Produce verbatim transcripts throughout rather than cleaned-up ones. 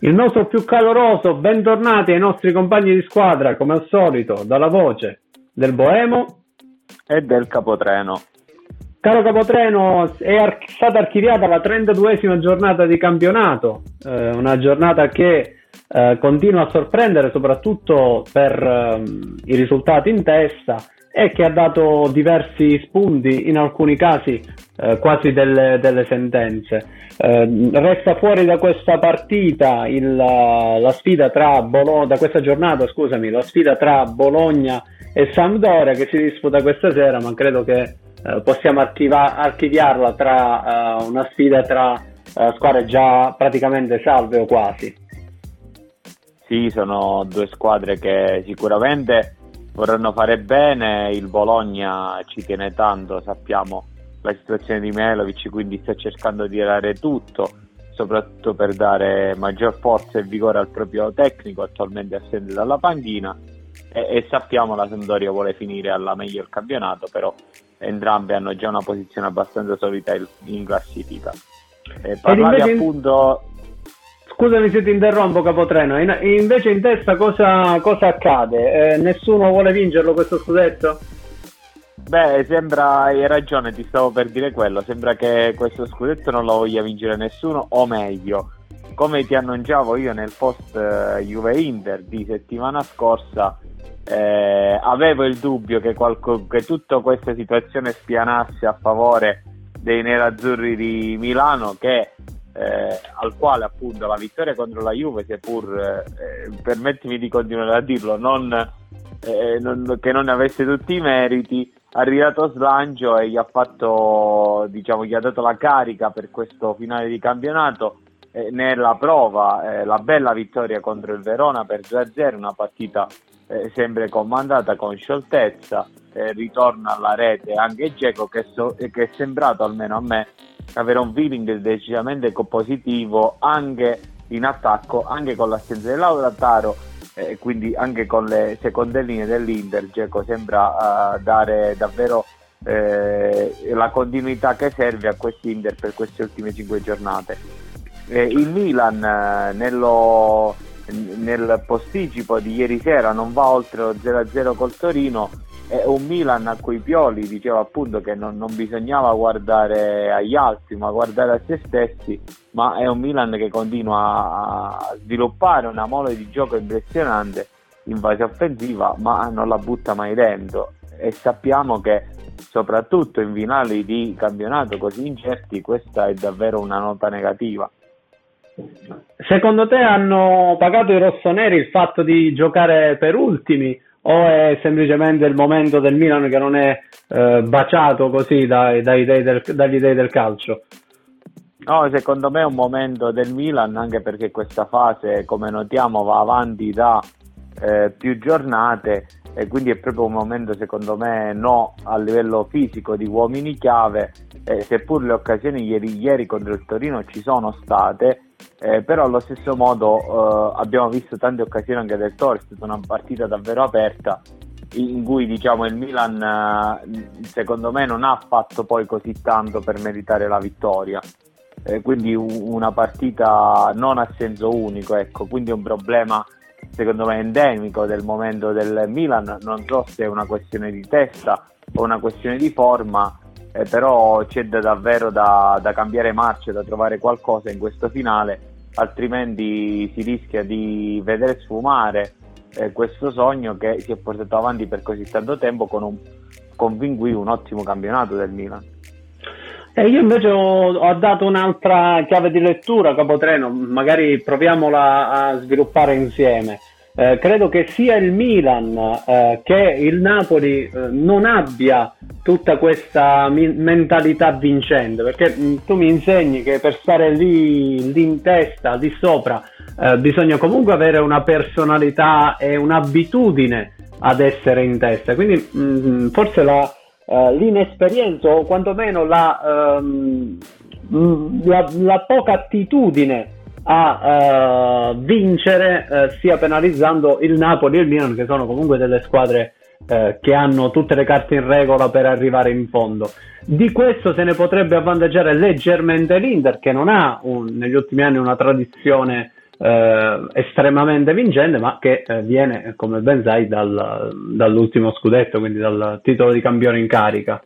Il nostro più caloroso bentornati ai nostri compagni di squadra, come al solito, dalla voce del Boemo e del Capotreno. Caro Capotreno, è ar- stata archiviata la trentaduesima giornata di campionato, eh, una giornata che eh, continua a sorprendere soprattutto per eh, i risultati in testa e che ha dato diversi spunti, in alcuni casi eh, quasi delle, delle sentenze. Eh, resta fuori da questa partita il, la sfida tra Bologna, da questa giornata, scusami, la sfida tra Bologna e Sampdoria che si disputa questa sera, ma credo che eh, possiamo archiva- archiviarla tra uh, una sfida tra uh, squadre già praticamente salve o quasi. Sì, sono due squadre che sicuramente vorranno fare bene. Il Bologna ci tiene tanto, sappiamo la situazione di Milovic, quindi sta cercando di dare tutto, soprattutto per dare maggior forza e vigore al proprio tecnico attualmente assente dalla panchina, e, e sappiamo la Sampdoria vuole finire alla meglio il campionato, però entrambe hanno già una posizione abbastanza solida in classifica. E parlavi invece... appunto... Scusami se ti interrompo, Capotreno, in, invece in testa cosa, cosa accade? Eh, nessuno vuole vincerlo questo scudetto? Beh, sembra, hai ragione, ti stavo per dire quello, sembra che questo scudetto non lo voglia vincere nessuno, o meglio, come ti annunciavo io nel post eh, Juve-Inter di settimana scorsa, eh, avevo il dubbio che, qualco, che tutta questa situazione spianasse a favore dei nerazzurri di Milano, che Eh, al quale appunto la vittoria contro la Juve, seppur eh, permettimi di continuare a dirlo, non, eh, non, che non avesse tutti i meriti, ha arrivato slancio e gli ha fatto, diciamo, gli ha dato la carica per questo finale di campionato. Eh, nella prova eh, la bella vittoria contro il Verona per due a zero, una partita eh, sempre comandata con scioltezza, eh, ritorna alla rete anche Dzeko, che, so, che è sembrato, almeno a me, avere un feeling decisamente positivo anche in attacco, anche con l'assenza di Lautaro, eh, quindi anche con le seconde linee dell'Inter. Dzeko sembra uh, dare davvero eh, la continuità che serve a quest'Inter per queste ultime cinque giornate. Eh, il Milan eh, nello, nel posticipo di ieri sera non va oltre lo zero a zero col Torino. È un Milan a cui Pioli diceva appunto che non, non bisognava guardare agli altri ma guardare a se stessi, ma è un Milan che continua a sviluppare una mole di gioco impressionante in fase offensiva, ma non la butta mai dentro, e sappiamo che soprattutto in finali di campionato così incerti questa è davvero una nota negativa. Secondo te hanno pagato i rossoneri il fatto di giocare per ultimi, o è semplicemente il momento del Milan che non è eh, baciato così dai, dai dei del, dagli dei del calcio? No, secondo me è un momento del Milan, anche perché questa fase, come notiamo, va avanti da eh, più giornate, e quindi è proprio un momento, secondo me, no a livello fisico di uomini chiave, eh, seppur le occasioni ieri, ieri contro il Torino ci sono state, eh, però allo stesso modo eh, abbiamo visto tante occasioni anche del Toro. È stata una partita davvero aperta in cui, diciamo, il Milan eh, secondo me non ha fatto poi così tanto per meritare la vittoria, eh, quindi una partita non a senso unico, ecco, quindi un problema secondo me endemico del momento del Milan. Non so se è una questione di testa o una questione di forma, eh, però c'è da, davvero da, da cambiare marcia, da trovare qualcosa in questo finale, altrimenti si rischia di vedere sfumare eh, questo sogno che si è portato avanti per così tanto tempo con un, con fin qui un ottimo campionato del Milan. E io invece ho, ho dato un'altra chiave di lettura, Capotreno, magari proviamola a sviluppare insieme. Eh, credo che sia il Milan eh, che il Napoli eh, non abbia tutta questa mi- mentalità vincente, perché mh, tu mi insegni che per stare lì, lì in testa, lì sopra, eh, bisogna comunque avere una personalità e un'abitudine ad essere in testa, quindi mh, forse la Uh, l'inesperienza o quantomeno la, um, la, la poca attitudine a uh, vincere uh, stia penalizzando il Napoli e il Milan, che sono comunque delle squadre uh, che hanno tutte le carte in regola per arrivare in fondo. Di questo se ne potrebbe avvantaggiare leggermente l'Inter, che non ha un, negli ultimi anni una tradizione eh, estremamente vincente, ma che eh, viene, come ben sai, dal, dall'ultimo scudetto, quindi dal titolo di campione in carica.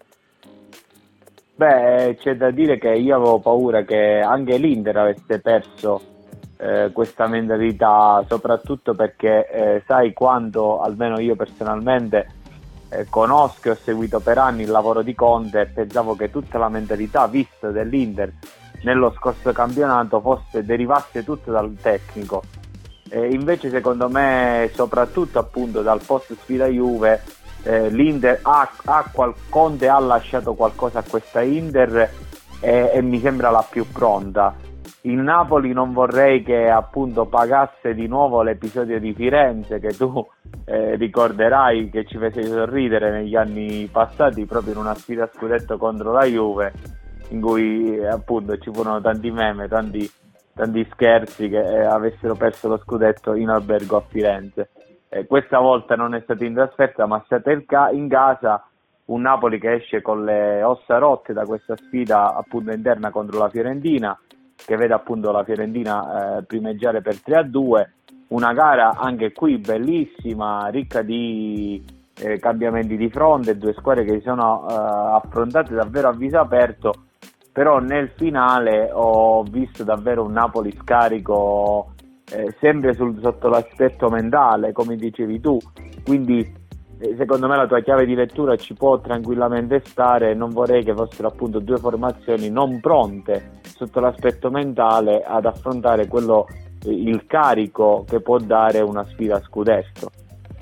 Beh, c'è da dire che io avevo paura che anche l'Inter avesse perso eh, questa mentalità, soprattutto perché eh, sai quanto, almeno io personalmente, eh, conosco e ho seguito per anni il lavoro di Conte, e pensavo che tutta la mentalità vista dell'Inter nello scorso campionato fosse derivasse tutto dal tecnico. E invece secondo me, soprattutto appunto dal post sfida Juve, eh, l'Inter ha, ha qual, Conte ha lasciato qualcosa a questa Inter e, e mi sembra la più pronta. Il Napoli non vorrei che appunto pagasse di nuovo l'episodio di Firenze, che tu eh, ricorderai che ci fece sorridere negli anni passati proprio in una sfida a scudetto contro la Juve, in cui eh, appunto ci furono tanti meme, tanti, tanti scherzi che eh, avessero perso lo scudetto in albergo a Firenze. Eh, questa volta non è stato in trasferta, ma è stato in casa, un Napoli che esce con le ossa rotte da questa sfida appunto interna contro la Fiorentina, che vede appunto la Fiorentina eh, primeggiare per tre a due, una gara anche qui bellissima, ricca di eh, cambiamenti di fronte, due squadre che si sono eh, affrontate davvero a viso aperto, però nel finale ho visto davvero un Napoli scarico eh, sempre sul, sotto l'aspetto mentale, come dicevi tu, quindi eh, secondo me la tua chiave di lettura ci può tranquillamente stare. Non vorrei che fossero appunto due formazioni non pronte sotto l'aspetto mentale ad affrontare quello, eh, il carico che può dare una sfida a scudetto.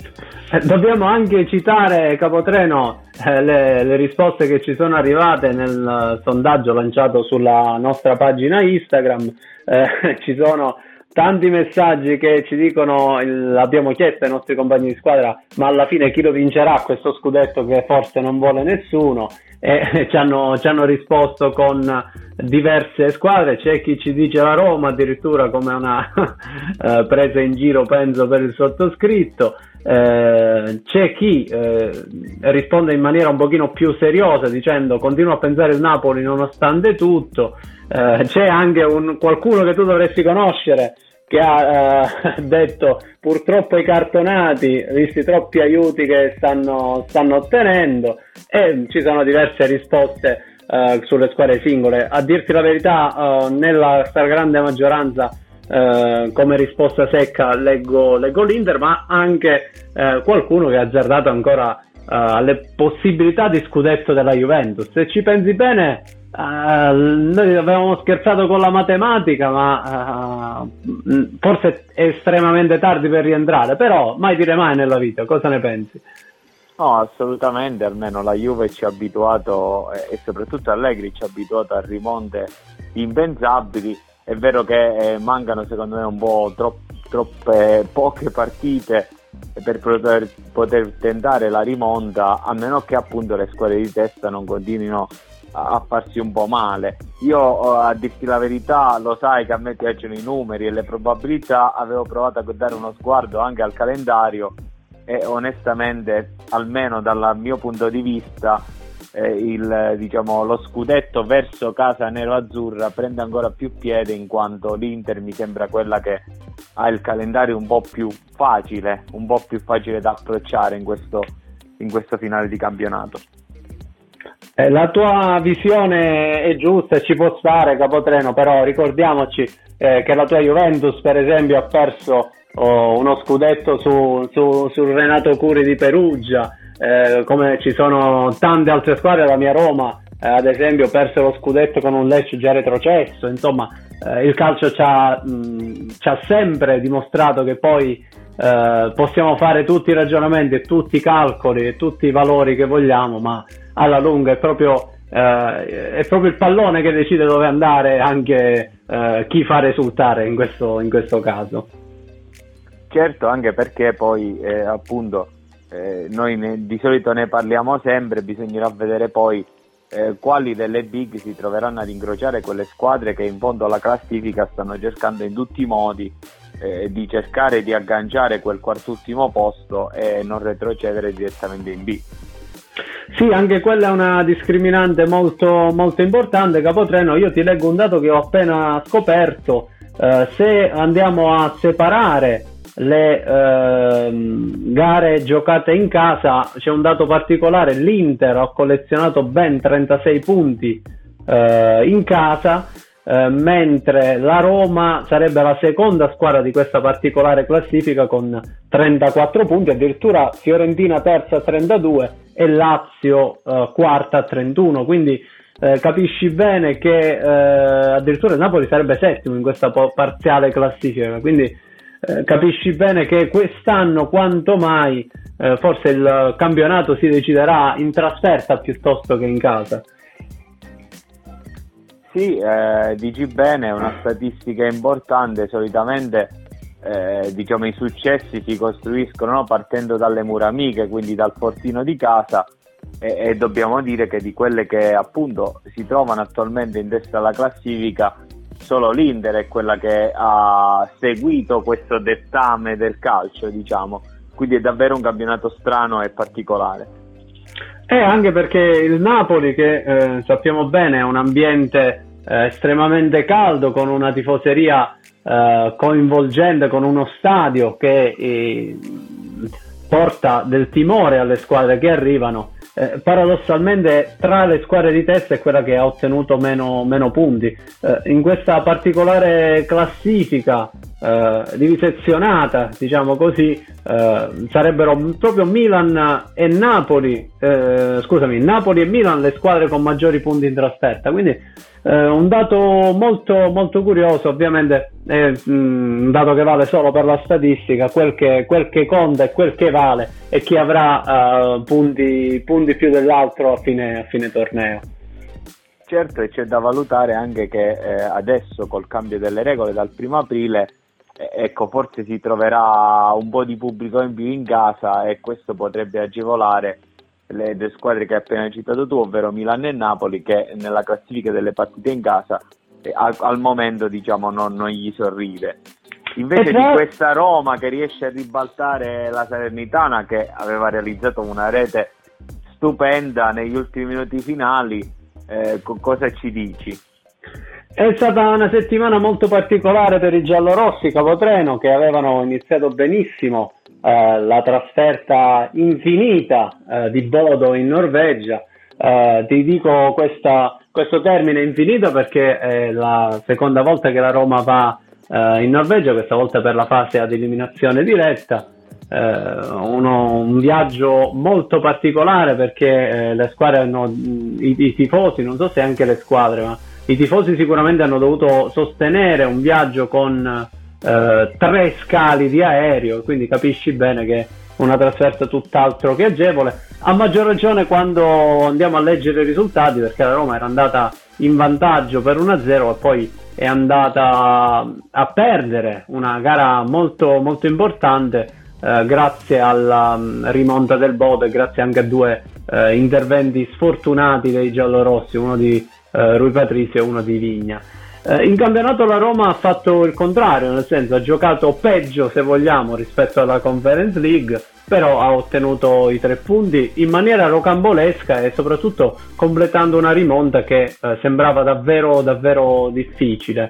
Eh, dobbiamo anche citare, Capotreno, eh, le, le risposte che ci sono arrivate nel sondaggio lanciato sulla nostra pagina Instagram. Eh, ci sono tanti messaggi che ci dicono, l'abbiamo chiesto ai nostri compagni di squadra, ma alla fine chi lo vincerà questo scudetto che forse non vuole nessuno, e ci hanno, ci hanno risposto con diverse squadre. C'è chi ci dice la Roma addirittura come una eh, presa in giro, penso, per il sottoscritto. Eh, c'è chi eh, risponde in maniera un pochino più seriosa dicendo continuo a pensare il Napoli nonostante tutto. Eh, c'è anche un, qualcuno che tu dovresti conoscere che ha eh, detto purtroppo i cartonati, visti troppi aiuti che stanno, stanno ottenendo, e ci sono diverse risposte eh, sulle squadre singole. A dirti la verità, eh, nella stragrande maggioranza eh, come risposta secca leggo, leggo l'Inter, ma anche eh, qualcuno che ha azzardato ancora eh, alle possibilità di scudetto della Juventus. Se ci pensi bene, Uh, noi avevamo scherzato con la matematica, ma uh, forse è estremamente tardi per rientrare, però mai dire mai nella vita. Cosa ne pensi? No, assolutamente, almeno la Juve ci ha abituato, eh, e soprattutto Allegri ci ha abituato a rimonte impensabili. È vero che eh, mancano secondo me un po' tro- troppe poche partite per poter, poter tentare la rimonta, a meno che appunto le squadre di testa non continuino a farsi un po' male. Io, a dirti la verità, lo sai che a me piacciono i numeri e le probabilità, avevo provato a dare uno sguardo anche al calendario e onestamente, almeno dal mio punto di vista, eh, il, diciamo, lo scudetto verso casa nero-azzurra prende ancora più piede, in quanto l'Inter mi sembra quella che ha il calendario un po' più facile, un po' più facile da approcciare in questo, in questo finale di campionato. Eh, la tua visione è giusta e ci può stare, Capotreno, però ricordiamoci eh, che la tua Juventus, per esempio, ha perso oh, uno scudetto su, su, sul Renato Curi di Perugia, eh, come ci sono tante altre squadre. La mia Roma, eh, ad esempio, perse lo scudetto con un Lecce già retrocesso. Insomma, eh, il calcio ci ha, mh, ci ha sempre dimostrato che poi eh, possiamo fare tutti i ragionamenti e tutti i calcoli e tutti i valori che vogliamo, ma alla lunga è proprio, eh, è proprio il pallone che decide dove andare, anche eh, chi fa risultare in questo, in questo caso. Certo, anche perché poi eh, appunto eh, noi ne, di solito ne parliamo sempre, bisognerà vedere poi eh, quali delle big si troveranno ad incrociare quelle squadre che in fondo alla classifica stanno cercando in tutti i modi eh, di cercare di agganciare quel quartultimo posto e non retrocedere direttamente in B. Sì, anche quella è una discriminante molto, molto importante, Capotreno. Io ti leggo un dato che ho appena scoperto. eh, se andiamo a separare le eh, gare giocate in casa, c'è un dato particolare: l'Inter ha collezionato ben trentasei punti eh, in casa, eh, mentre la Roma sarebbe la seconda squadra di questa particolare classifica con trentaquattro punti, addirittura Fiorentina terza a trentadue e Lazio eh, quarta a trentuno, quindi eh, capisci bene che eh, addirittura il Napoli sarebbe settimo in questa po- parziale classifica, quindi Eh, capisci bene che quest'anno quanto mai eh, forse il campionato si deciderà in trasferta piuttosto che in casa. Sì, eh, dici bene, è una statistica importante. Solitamente eh, diciamo i successi si costruiscono, no, partendo dalle mura amiche, quindi dal fortino di casa, e, e dobbiamo dire che di quelle che appunto si trovano attualmente in testa alla classifica, solo l'Inter è quella che ha seguito questo dettame del calcio, diciamo, quindi è davvero un campionato strano e particolare. E eh, anche perché il Napoli, che eh, sappiamo bene è un ambiente eh, estremamente caldo, con una tifoseria eh, coinvolgente, con uno stadio che eh, porta del timore alle squadre che arrivano, eh, paradossalmente tra le squadre di testa è quella che ha ottenuto meno, meno punti. Eh, in questa particolare classifica eh, divisezionata, diciamo così, eh, sarebbero proprio Milan e Napoli, eh, scusami, Napoli e Milan le squadre con maggiori punti in trasferta, quindi eh, un dato molto, molto curioso. Ovviamente è mh, un dato che vale solo per la statistica, quel che, quel che conta e quel che vale è chi avrà uh, punti, punti più dell'altro a fine, a fine torneo. Certo, e c'è da valutare anche che eh, adesso col cambio delle regole dal primo aprile, eh, ecco, forse si troverà un po' di pubblico in più in casa, e questo potrebbe agevolare le due squadre che hai appena citato tu, ovvero Milan e Napoli, che nella classifica delle partite in casa eh, al, al momento diciamo non, non gli sorride. Invece di questa Roma che riesce a ribaltare la Salernitana, che aveva realizzato una rete stupenda negli ultimi minuti finali, eh, cosa ci dici? È stata una settimana molto particolare per i giallorossi Capotreno, che avevano iniziato benissimo eh, la trasferta infinita eh, di Bodo in Norvegia. Eh, ti dico questa, questo termine infinito perché è la seconda volta che la Roma va eh, in Norvegia, questa volta per la fase ad eliminazione diretta. Eh, uno, un viaggio molto particolare perché eh, le squadre hanno, i, i tifosi, non so se anche le squadre, ma i tifosi sicuramente hanno dovuto sostenere un viaggio con eh, tre scali di aereo, quindi capisci bene che è una trasferta tutt'altro che agevole, a maggior ragione quando andiamo a leggere i risultati, perché la Roma era andata in vantaggio per uno a zero e poi è andata a perdere una gara molto, molto importante eh, grazie alla um, rimonta del Bodo e grazie anche a due eh, interventi sfortunati dei giallorossi, uno di Uh, Rui Patricio e uno di Vigna. Uh, in campionato la Roma ha fatto il contrario, nel senso ha giocato peggio, se vogliamo, rispetto alla Conference League, però ha ottenuto i tre punti in maniera rocambolesca e soprattutto completando una rimonta che uh, sembrava davvero davvero difficile.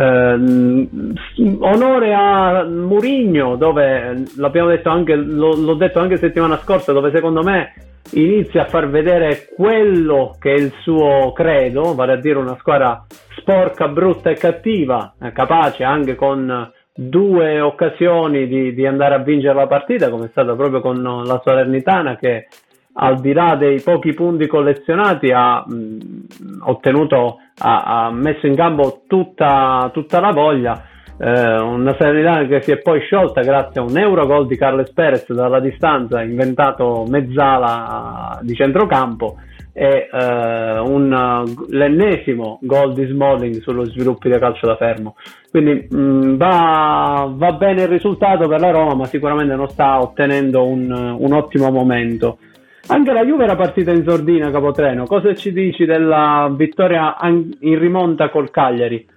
Uh, onore a Mourinho, dove l'abbiamo detto anche, lo, l'ho detto anche settimana scorsa, dove secondo me inizia a far vedere quello che è il suo credo, vale a dire una squadra sporca, brutta e cattiva, eh, capace anche con due occasioni di, di andare a vincere la partita, come è stata proprio con la Salernitana, che al di là dei pochi punti collezionati ha mh, ottenuto, ha, ha messo in campo tutta, tutta la voglia. Eh, una Salernitana che si è poi sciolta grazie a un Eurogol di Carles Perez dalla distanza, inventato mezzala di centrocampo, e eh, un, l'ennesimo gol di Smalling sullo sviluppo di calcio da fermo. Quindi mh, va, va bene il risultato per la Roma, ma sicuramente non sta ottenendo un, un ottimo momento. Anche la Juve era partita in sordina, Capotreno. Cosa ci dici della vittoria in rimonta col Cagliari?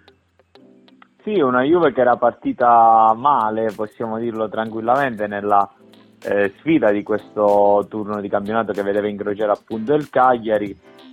Sì, una Juve che era partita male, possiamo dirlo tranquillamente, nella eh, sfida di questo turno di campionato che vedeva incrociare appunto il Cagliari,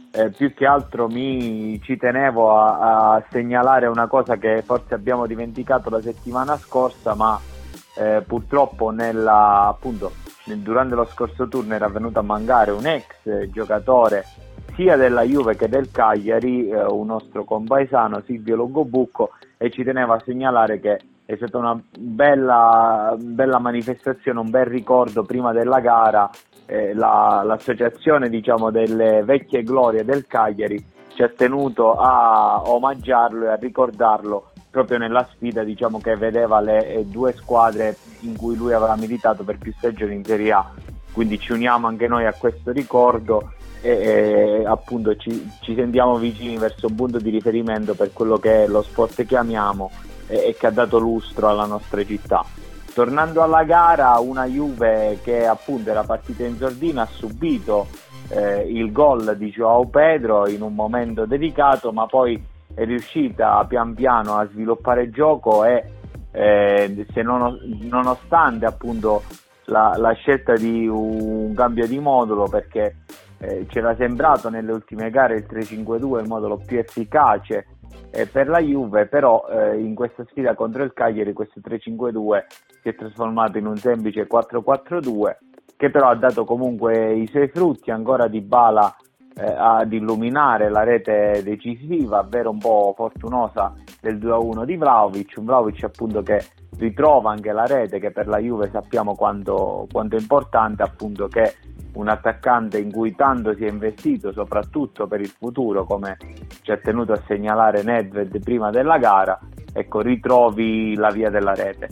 eh, più che altro mi ci tenevo a, a segnalare una cosa che forse abbiamo dimenticato la settimana scorsa, ma eh, purtroppo nella, appunto, nel, durante lo scorso turno era venuto a mancare un ex giocatore sia della Juve che del Cagliari, eh, un nostro compaesano, Silvio Longobucco, e ci tenevo a segnalare che è stata una bella, bella manifestazione, un bel ricordo prima della gara. Eh, la, l'associazione, diciamo, delle vecchie glorie del Cagliari ci ha tenuto a omaggiarlo e a ricordarlo proprio nella sfida, diciamo, che vedeva le eh, due squadre in cui lui aveva militato per più stagioni in Serie A. Quindi ci uniamo anche noi a questo ricordo e, e appunto ci, ci sentiamo vicini verso un punto di riferimento per quello che è lo sport che amiamo e, e che ha dato lustro alla nostra città. Tornando alla gara, una Juve che appunto era partita in sordina, ha subito eh, il gol di João Pedro in un momento delicato, ma poi è riuscita pian piano a sviluppare gioco e eh, se non, nonostante appunto la, la scelta di un cambio di modulo, perché eh, c'era sembrato nelle ultime gare il tre cinque due il modulo più efficace eh, per la Juve, però eh, in questa sfida contro il Cagliari questo tre cinque due si è trasformato in un semplice quattro quattro due, che però ha dato comunque i suoi frutti. Ancora Dybala eh, ad illuminare la rete decisiva, ovvero un po' fortunosa, del due a uno di Vlahovic, un Vlahovic appunto che ritrova anche la rete, che per la Juve sappiamo quanto, quanto è importante, appunto, che un attaccante in cui tanto si è investito soprattutto per il futuro, come ci ha tenuto a segnalare Nedved prima della gara, ecco, ritrovi la via della rete.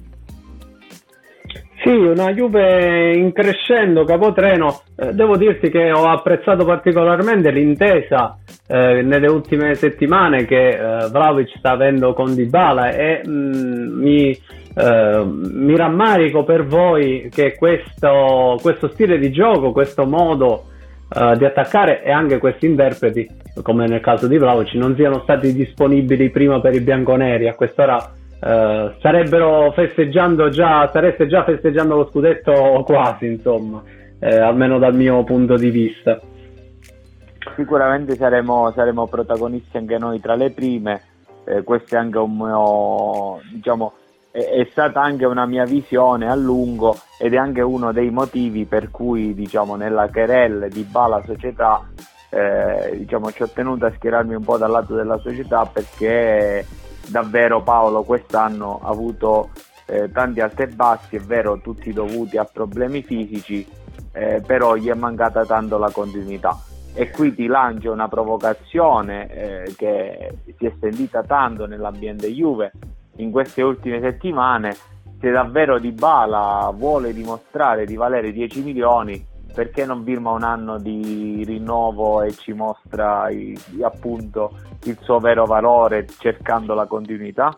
Sì, una Juve in crescendo, capotreno. Eh, devo dirti che ho apprezzato particolarmente l'intesa eh, nelle ultime settimane che eh, Vlahovic sta avendo con Dybala e mh, mi, eh, mi rammarico per voi che questo, questo stile di gioco, questo modo eh, di attaccare e anche questi interpreti, come nel caso di Vlahovic, non siano stati disponibili prima per i bianconeri. A quest'ora Uh, sarebbero festeggiando già, stareste già festeggiando lo scudetto quasi, insomma, eh, almeno dal mio punto di vista. Sicuramente saremo, saremo protagonisti anche noi tra le prime. Eh, questo è anche un mio, diciamo, è, è stata anche una mia visione a lungo ed è anche uno dei motivi per cui, diciamo, nella querelle di Dybala società, eh, diciamo, ci ho tenuto a schierarmi un po' dal lato della società, perché davvero Paolo quest'anno ha avuto eh, tanti alti e bassi, è vero, tutti dovuti a problemi fisici, eh, però gli è mancata tanto la continuità. E qui ti lancio una provocazione eh, che si è sentita tanto nell'ambiente Juve in queste ultime settimane: se davvero Dybala vuole dimostrare di valere dieci milioni, perché non firma un anno di rinnovo e ci mostra i, appunto il suo vero valore, cercando la continuità?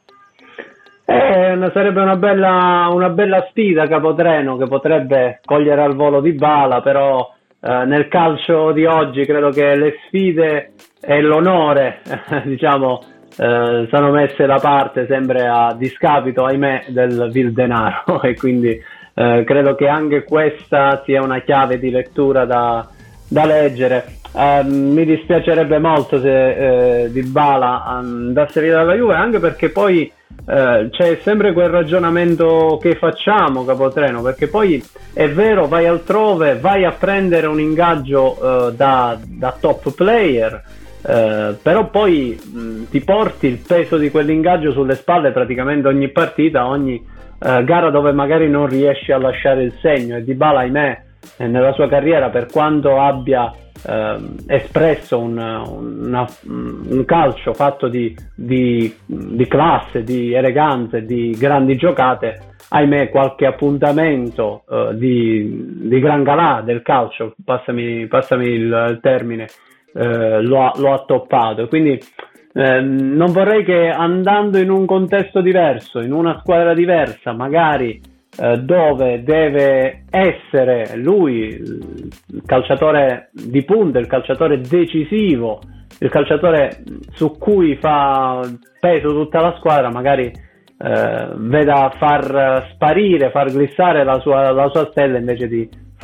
Eh, sarebbe una bella, una bella sfida, capotreno, che potrebbe cogliere al volo Dybala, però eh, nel calcio di oggi credo che le sfide e l'onore diciamo eh, sono messe da parte sempre a discapito, ahimè, del vil denaro e quindi eh, credo che anche questa sia una chiave di lettura da, da leggere. Eh, mi dispiacerebbe molto se eh, Dybala andasse via dalla Juve, anche perché poi eh, c'è sempre quel ragionamento che facciamo, capotreno, perché poi è vero, vai altrove, vai a prendere un ingaggio eh, da, da top player, eh, però poi mh, ti porti il peso di quell'ingaggio sulle spalle praticamente ogni partita, ogni eh, gara dove magari non riesci a lasciare il segno. E Dybala, ahimè, nella sua carriera, per quanto abbia eh, espresso un, una, un calcio fatto di, di, di classe, di eleganza, di grandi giocate, ahimè qualche appuntamento eh, di, di gran galà del calcio, passami, passami il, il termine, eh, lo, ha, lo ha toppato. Quindi eh, non vorrei che, andando in un contesto diverso, in una squadra diversa, magari Eh, dove deve essere lui il calciatore di punta, il calciatore decisivo, il calciatore su cui fa peso tutta la squadra, magari eh, veda far sparire, far glissare la sua, la sua stella, invece di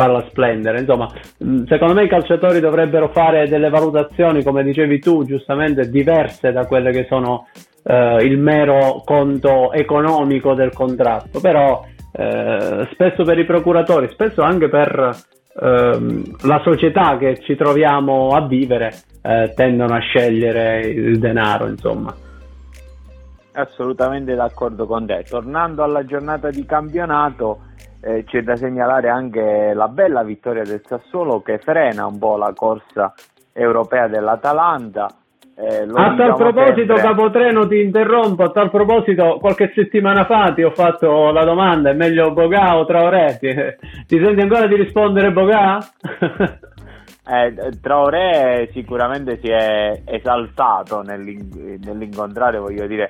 farla splendere. Insomma, secondo me i calciatori dovrebbero fare delle valutazioni, come dicevi tu, giustamente diverse da quelle che sono eh, il mero conto economico del contratto, però eh, spesso per i procuratori, spesso anche per ehm, la società che ci troviamo a vivere, eh, tendono a scegliere il denaro, insomma. Assolutamente d'accordo con te. Tornando alla giornata di campionato, eh, c'è da segnalare anche la bella vittoria del Sassuolo, che frena un po' la corsa europea dell'Atalanta. Eh, lo a tal proposito, sempre... Capotreno, ti interrompo, a tal proposito, qualche settimana fa ti ho fatto la domanda: è meglio Bogà o Traoré? Ti, ti senti ancora di rispondere Bogà? Eh, Traoré sicuramente si è esaltato nell'in- nell'incontrare, voglio dire,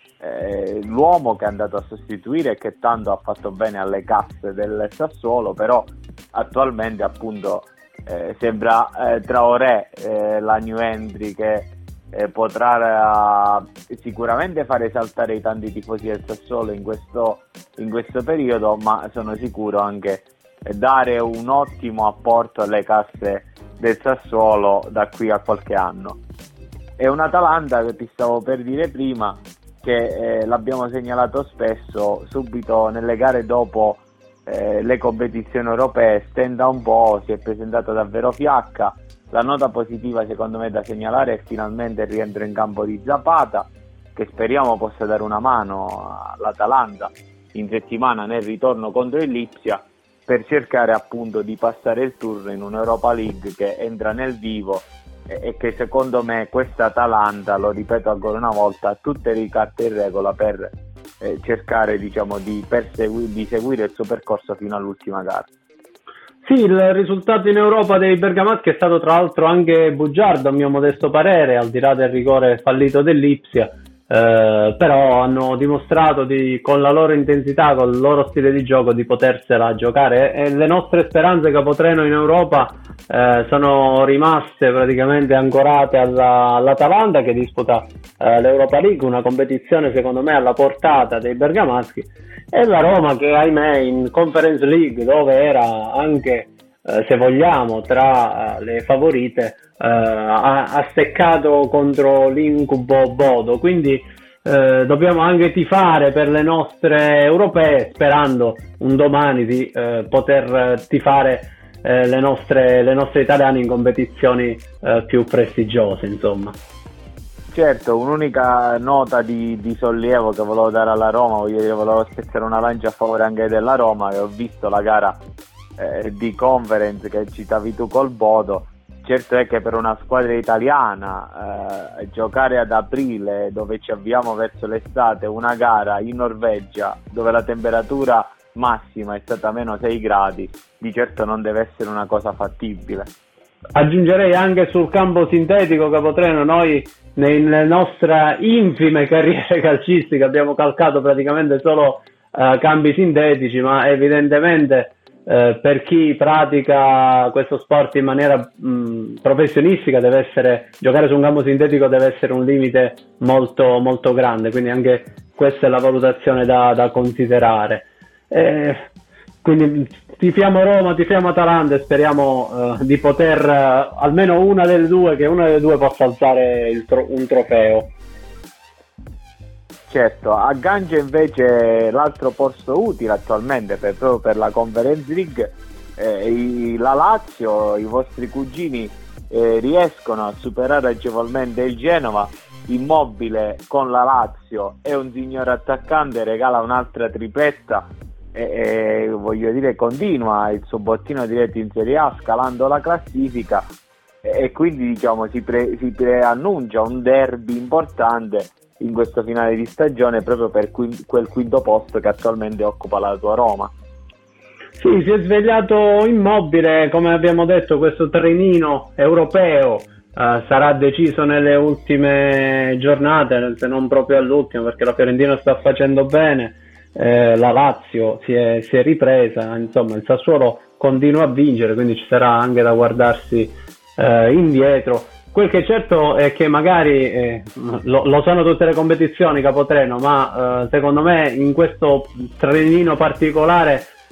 eh, l'uomo che è andato a sostituire e che tanto ha fatto bene alle casse del Sassuolo, però attualmente appunto eh, sembra eh, Traoré eh, la new entry che eh, potrà eh, sicuramente fare esaltare i tanti tifosi del Sassuolo in questo, in questo periodo, ma sono sicuro anche eh, dare un ottimo apporto alle casse del Sassuolo da qui a qualche anno. È un Atalanta che ti stavo per dire prima, che eh, l'abbiamo segnalato spesso, subito nelle gare dopo eh, le competizioni europee stenta un po', si è presentato davvero fiacca. La nota positiva secondo me da segnalare è finalmente il rientro in campo di Zapata, che speriamo possa dare una mano all'Atalanta in settimana nel ritorno contro il Lipsia, per cercare appunto di passare il turno in un'Europa League che entra nel vivo e, e che secondo me questa Atalanta, lo ripeto ancora una volta, ha tutte le carte in regola per eh, cercare diciamo di, persegui- di seguire il suo percorso fino all'ultima gara. Sì, il risultato in Europa dei bergamaschi è stato tra l'altro anche bugiardo a mio modesto parere, al di là del rigore fallito dell'Ipsia. Eh, però hanno dimostrato di, con la loro intensità, con il loro stile di gioco, di potersela giocare, e le nostre speranze Capotreno in Europa eh, sono rimaste praticamente ancorate alla, all'Atalanta, che disputa eh, l'Europa League, una competizione secondo me alla portata dei bergamaschi, e la Roma che ahimè in Conference League, dove era anche eh, se vogliamo tra uh, le favorite, uh, ha, ha steccato contro l'incubo Bodo, quindi uh, dobbiamo anche tifare per le nostre europee, sperando un domani di uh, poter tifare uh, le nostre le nostre italiane in competizioni uh, più prestigiose, insomma. Certo, un'unica nota di, di sollievo che volevo dare alla Roma, voglio dire, volevo spezzare una lancia a favore anche della Roma, che ho visto la gara eh, di Conference che citavi tu col Bodo. Certo è che per una squadra italiana eh, giocare ad aprile, dove ci avviamo verso l'estate, una gara in Norvegia dove la temperatura massima è stata meno sei gradi, di certo non deve essere una cosa fattibile. Aggiungerei anche sul campo sintetico, Capotreno, noi nella nostra infime carriera calcistica abbiamo calcato praticamente solo uh, campi sintetici, ma evidentemente uh, per chi pratica questo sport in maniera mh, professionistica deve essere, giocare su un campo sintetico deve essere un limite molto molto grande, quindi anche questa è la valutazione da, da considerare. Eh, quindi tifiamo Roma, tifiamo Atalanta e speriamo uh, di poter uh, almeno una delle due, che una delle due possa alzare il tro- un trofeo. Certo, aggancia invece l'altro posto utile attualmente per, proprio per la Conference League, eh, i, la Lazio, i vostri cugini eh, riescono a superare agevolmente il Genova. Immobile con la Lazio è un signor attaccante, regala un'altra tripletta e, e voglio dire continua il suo bottino diretto in Serie A scalando la classifica, e, e quindi diciamo si, pre, si preannuncia un derby importante in questo finale di stagione proprio per quin- quel quinto posto che attualmente occupa la tua Roma. Sì, si è svegliato Immobile, come abbiamo detto. Questo trenino europeo uh, sarà deciso nelle ultime giornate, se non proprio all'ultimo, perché la Fiorentina sta facendo bene, eh, la Lazio si è, si è ripresa, insomma il Sassuolo continua a vincere, quindi ci sarà anche da guardarsi uh, indietro. Quel che è certo è che magari eh, lo, lo sono tutte le competizioni, Capotreno, ma eh, secondo me in questo trenino particolare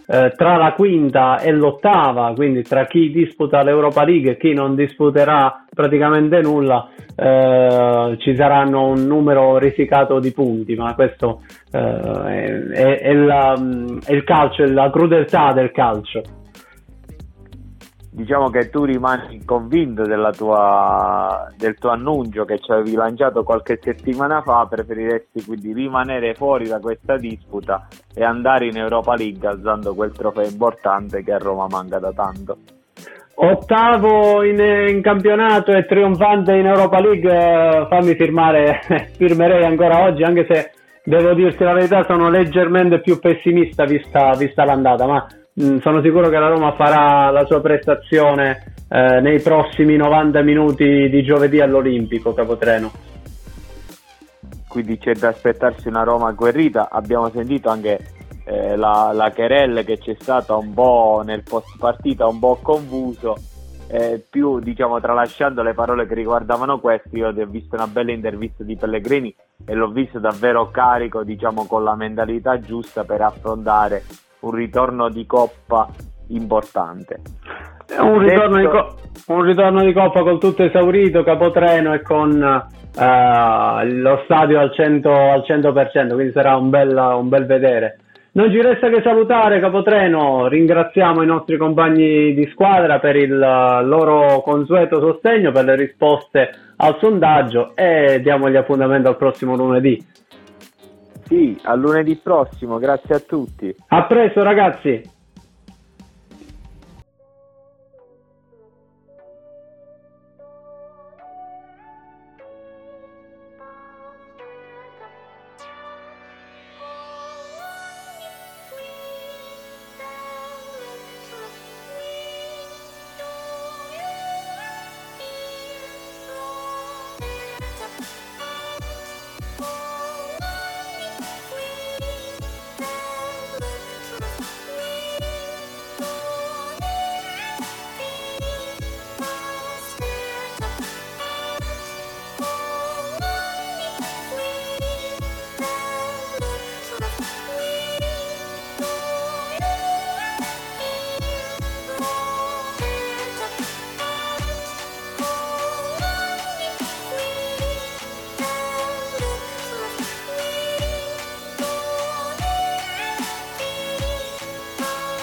eh, tra la quinta e l'ottava, quindi tra chi disputa l'Europa League e chi non disputerà praticamente nulla, eh, ci saranno un numero risicato di punti, ma questo eh, è, è, è, la, è il calcio, è la crudeltà del calcio. Diciamo che tu rimani convinto della tua, del tuo annuncio che ci avevi lanciato qualche settimana fa, preferiresti quindi rimanere fuori da questa disputa e andare in Europa League alzando quel trofeo importante che a Roma manca da tanto. Ottavo in, in campionato e trionfante in Europa League, eh, fammi firmare, firmerei ancora oggi, anche se devo dirti la verità, sono leggermente più pessimista vista, vista l'andata, ma mh, sono sicuro che la Roma farà la sua prestazione eh, nei prossimi novanta minuti di giovedì all'Olimpico Capotreno. Quindi c'è da aspettarsi una Roma agguerrita. Abbiamo sentito anche Eh, la, la querella che c'è stata un po' nel post partita, un po' confuso, eh, più diciamo tralasciando le parole che riguardavano questi. Io ho visto una bella intervista di Pellegrini e l'ho visto davvero carico, diciamo con la mentalità giusta per affrontare un ritorno di Coppa importante. Un ritorno, Detto... di co- un ritorno di Coppa con tutto esaurito, Capotreno, e con uh, lo stadio al cento per cento, quindi sarà un bel, un bel vedere. Non ci resta che salutare, Capotreno, ringraziamo i nostri compagni di squadra per il loro consueto sostegno, per le risposte al sondaggio, e diamogli appuntamento al prossimo lunedì. Sì, a lunedì prossimo, grazie a tutti. A presto ragazzi.